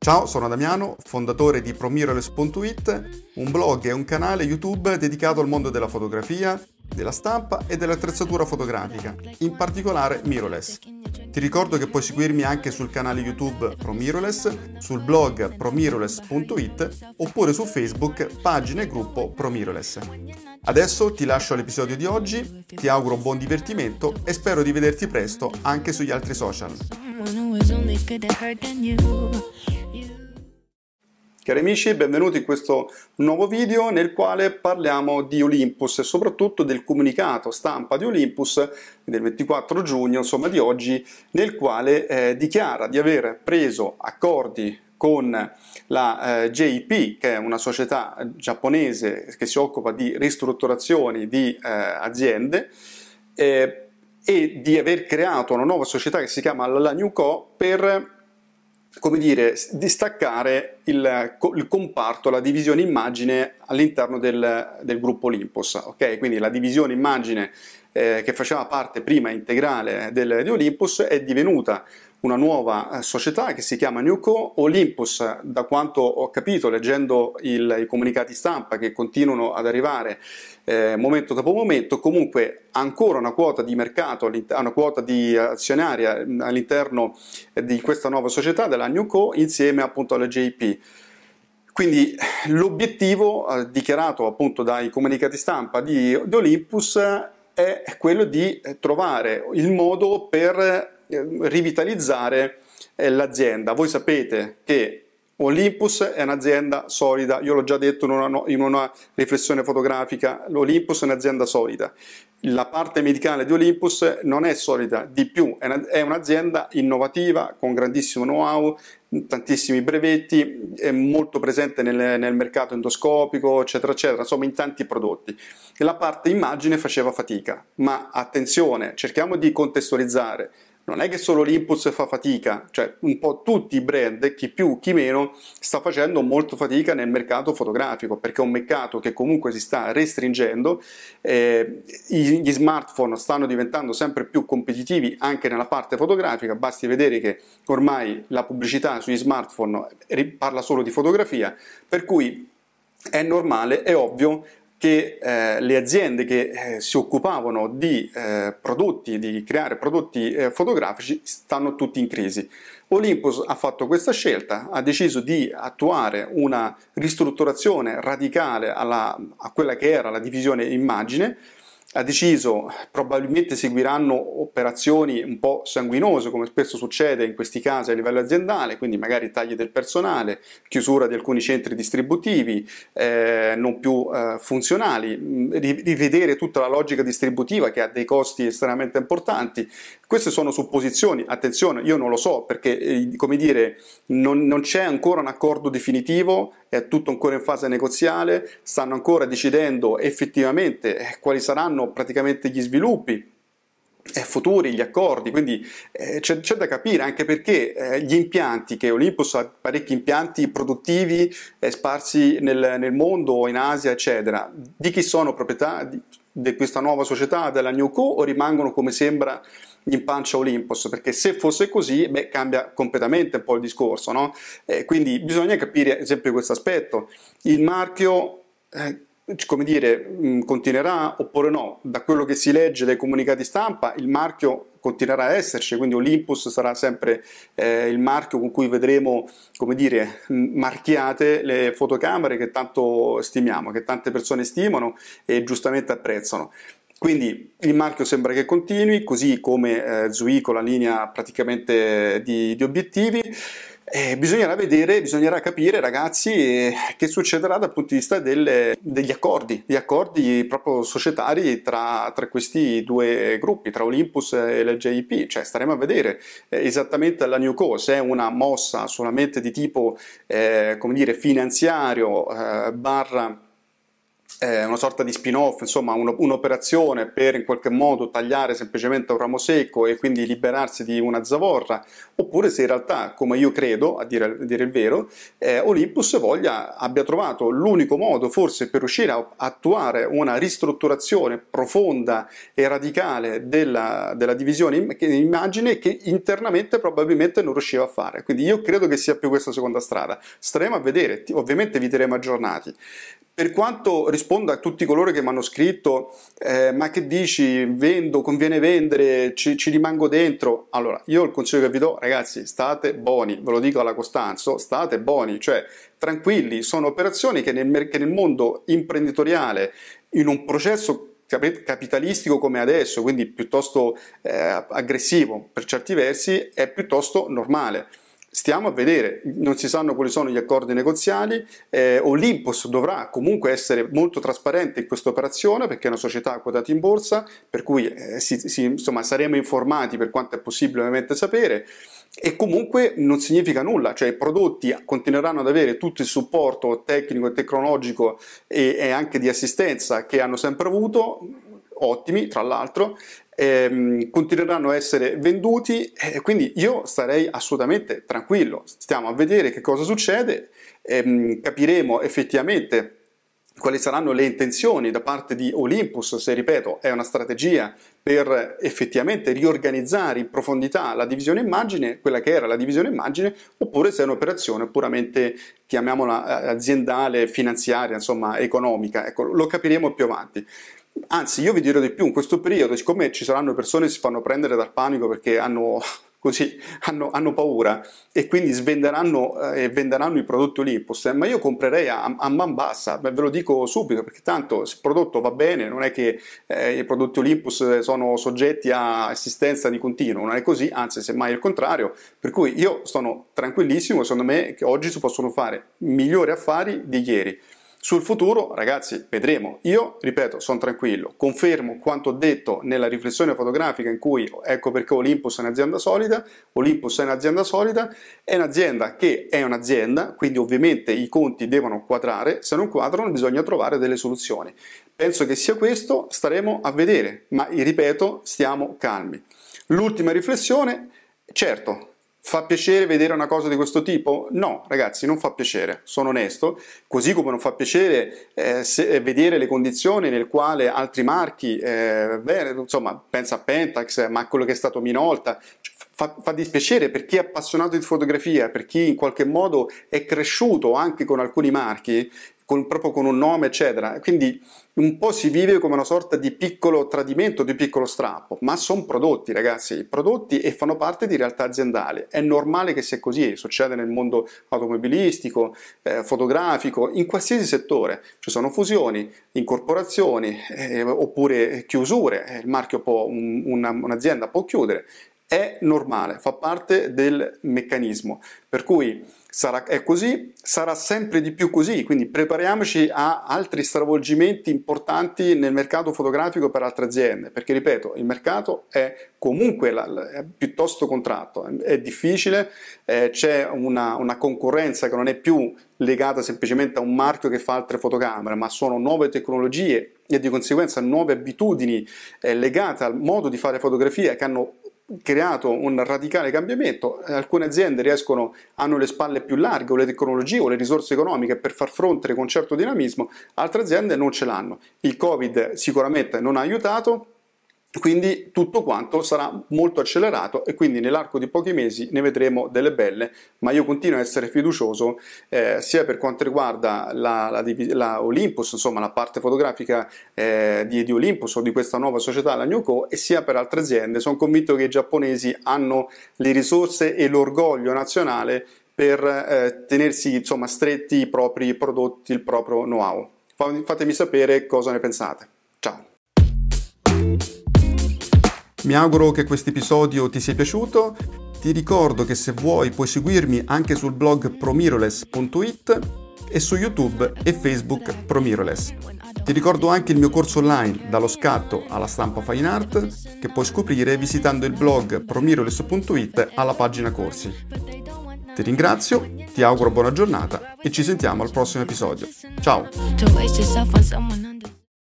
Ciao, sono Damiano, fondatore di ProMirrorless.it, un blog e un canale YouTube dedicato al mondo della fotografia, della stampa e dell'attrezzatura fotografica, in particolare mirrorless. Ti ricordo che puoi seguirmi anche sul canale YouTube ProMirrorless, sul blog ProMirrorless.it oppure su Facebook, pagina e gruppo ProMirrorless. Adesso ti lascio all'episodio di oggi, ti auguro buon divertimento e spero di vederti presto anche sugli altri social. Cari amici, benvenuti in questo nuovo video nel quale parliamo di Olympus e soprattutto del comunicato stampa di Olympus del 24 giugno, insomma di oggi, nel quale dichiara di aver preso accordi con la JP, che è una società giapponese che si occupa di ristrutturazioni di aziende, e di aver creato una nuova società che si chiama la NewCo per, come dire, distaccare il comparto, la divisione immagine all'interno del gruppo Olympus, ok? Quindi la divisione immagine che faceva parte prima integrale di Olympus è divenuta una nuova società che si chiama NewCo. Olympus, da quanto ho capito leggendo i comunicati stampa che continuano ad arrivare momento dopo momento, comunque ha ancora una quota di mercato, una quota di azionaria all'interno di questa nuova società della NewCo insieme appunto alla JP. Quindi l'obiettivo dichiarato appunto dai comunicati stampa di Olympus è quello di trovare il modo per rivitalizzare l'azienda. Voi sapete che Olympus è un'azienda solida, io l'ho già detto in una riflessione fotografica, l'Olympus è un'azienda solida. La parte medicale di Olympus non è solida, di più, è un'azienda innovativa, con grandissimo know-how, tantissimi brevetti, è molto presente nel mercato endoscopico, eccetera, eccetera, insomma in tanti prodotti. E la parte immagine faceva fatica, ma attenzione, cerchiamo di contestualizzare. Non è che solo Olympus fa fatica, cioè un po' tutti i brand, chi più chi meno, sta facendo molto fatica nel mercato fotografico, perché è un mercato che comunque si sta restringendo, gli smartphone stanno diventando sempre più competitivi anche nella parte fotografica, basti vedere che ormai la pubblicità sugli smartphone parla solo di fotografia, per cui è normale, è ovvio che le aziende che si occupavano di creare prodotti fotografici stanno tutti in crisi. Olympus ha fatto questa scelta, ha deciso di attuare una ristrutturazione radicale a quella che era la divisione immagine, ha deciso, probabilmente seguiranno operazioni un po' sanguinose come spesso succede in questi casi a livello aziendale, quindi magari tagli del personale, chiusura di alcuni centri distributivi non più funzionali, rivedere tutta la logica distributiva che ha dei costi estremamente importanti. Queste sono supposizioni, attenzione, io non lo so perché come dire non c'è ancora un accordo definitivo, è tutto ancora in fase negoziale, stanno ancora decidendo effettivamente quali saranno praticamente gli sviluppi futuri, gli accordi, quindi c'è da capire anche perché gli impianti, che Olympus ha parecchi impianti produttivi sparsi nel mondo, in Asia eccetera, di chi sono proprietà di questa nuova società della NewCo o rimangono come sembra in pancia Olympus? Perché se fosse così, beh, cambia completamente un po' il discorso, no? Quindi bisogna capire ad esempio questo aspetto. Il marchio come dire, continuerà oppure no? Da quello che si legge dai comunicati stampa, il marchio continuerà a esserci, quindi Olympus sarà sempre il marchio con cui vedremo, come dire, marchiate le fotocamere che tanto stimiamo, che tante persone stimano e giustamente apprezzano. Quindi il marchio sembra che continui, così come Zuico, la linea praticamente di obiettivi. Bisognerà capire, ragazzi, che succederà dal punto di vista degli accordi, gli accordi proprio societari tra questi due gruppi, tra Olympus e la JP, cioè staremo a vedere esattamente la NewCo se è una mossa solamente di tipo, come dire, finanziario barra una sorta di spin-off, insomma un'operazione per in qualche modo tagliare semplicemente un ramo secco e quindi liberarsi di una zavorra, oppure se in realtà, come io credo, a dire il vero, Olympus abbia trovato l'unico modo forse per riuscire a attuare una ristrutturazione profonda e radicale della divisione immagine che internamente probabilmente non riusciva a fare. Quindi io credo che sia più questa seconda strada. Staremo a vedere, ovviamente vi terremo aggiornati. Per quanto risponda a tutti coloro che mi hanno scritto ma che dici, conviene vendere, ci rimango dentro, allora io il consiglio che vi do, ragazzi, state buoni, ve lo dico alla Costanzo, state buoni, cioè tranquilli, sono operazioni che nel mondo imprenditoriale, in un processo capitalistico come adesso, quindi piuttosto aggressivo per certi versi, è piuttosto normale. Stiamo a vedere, non si sanno quali sono gli accordi negoziali, Olympus dovrà comunque essere molto trasparente in questa operazione perché è una società quotata in borsa, per cui insomma, saremo informati per quanto è possibile ovviamente sapere, e comunque non significa nulla, cioè i prodotti continueranno ad avere tutto il supporto tecnico e tecnologico e anche di assistenza che hanno sempre avuto, ottimi tra l'altro, continueranno a essere venduti, quindi io starei assolutamente tranquillo. Stiamo a vedere che cosa succede, capiremo effettivamente quali saranno le intenzioni da parte di Olympus, se ripeto è una strategia per effettivamente riorganizzare in profondità la divisione immagine, quella che era la divisione immagine, oppure se è un'operazione puramente, chiamiamola aziendale, finanziaria, insomma economica. Ecco, lo capiremo più avanti. Anzi, io vi dirò di più, in questo periodo, siccome ci saranno persone che si fanno prendere dal panico perché hanno paura e quindi svenderanno e venderanno i prodotti Olympus, ma io comprerei a man bassa, ve lo dico subito, perché tanto il prodotto va bene, non è che i prodotti Olympus sono soggetti a assistenza di continuo, non è così, anzi semmai il contrario, per cui io sono tranquillissimo, secondo me che oggi si possono fare migliori affari di ieri. Sul futuro, ragazzi, vedremo. Io, ripeto, sono tranquillo, confermo quanto ho detto nella riflessione fotografica in cui ecco perché Olympus è un'azienda solida. Olympus è un'azienda solida, è un'azienda che è un'azienda, quindi ovviamente i conti devono quadrare, se non quadrano bisogna trovare delle soluzioni. Penso che sia questo, staremo a vedere, ma ripeto, stiamo calmi. L'ultima riflessione, certo, fa piacere vedere una cosa di questo tipo? No, ragazzi, non fa piacere, sono onesto, così come non fa piacere vedere le condizioni nel quale altri marchi, insomma, pensa a Pentax, ma a quello che è stato Minolta, fa dispiacere per chi è appassionato di fotografia, per chi in qualche modo è cresciuto anche con alcuni marchi, proprio con un nome eccetera, quindi un po' si vive come una sorta di piccolo tradimento, di piccolo strappo, ma sono prodotti, ragazzi, prodotti e fanno parte di realtà aziendali, è normale che sia così, succede nel mondo automobilistico, fotografico, in qualsiasi settore, ci sono fusioni, incorporazioni oppure chiusure, il marchio un'azienda può chiudere, è normale, fa parte del meccanismo, per cui è così, sarà sempre di più così, quindi prepariamoci a altri stravolgimenti importanti nel mercato fotografico per altre aziende, perché ripeto, il mercato è comunque è piuttosto contratto, è difficile, c'è una concorrenza che non è più legata semplicemente a un marchio che fa altre fotocamere, ma sono nuove tecnologie e di conseguenza nuove abitudini legate al modo di fare fotografia che hanno creato un radicale cambiamento. Alcune aziende hanno le spalle più larghe o le tecnologie o le risorse economiche per far fronte con certo dinamismo, altre aziende non ce l'hanno. Il Covid sicuramente non ha aiutato, quindi tutto quanto sarà molto accelerato e quindi nell'arco di pochi mesi ne vedremo delle belle, ma io continuo a essere fiducioso sia per quanto riguarda la Olympus, insomma la parte fotografica di Olympus o di questa nuova società, la NewCo, e sia per altre aziende. Sono convinto che i giapponesi hanno le risorse e l'orgoglio nazionale per tenersi insomma stretti i propri prodotti, il proprio know-how. Fatemi sapere cosa ne pensate. Ciao! Mi auguro che questo episodio ti sia piaciuto, ti ricordo che se vuoi puoi seguirmi anche sul blog promirrorless.it e su YouTube e Facebook Promirrorless. Ti ricordo anche il mio corso online dallo scatto alla stampa fine art che puoi scoprire visitando il blog promirrorless.it alla pagina corsi. Ti ringrazio, ti auguro buona giornata e ci sentiamo al prossimo episodio. Ciao! To waste yourself on someone under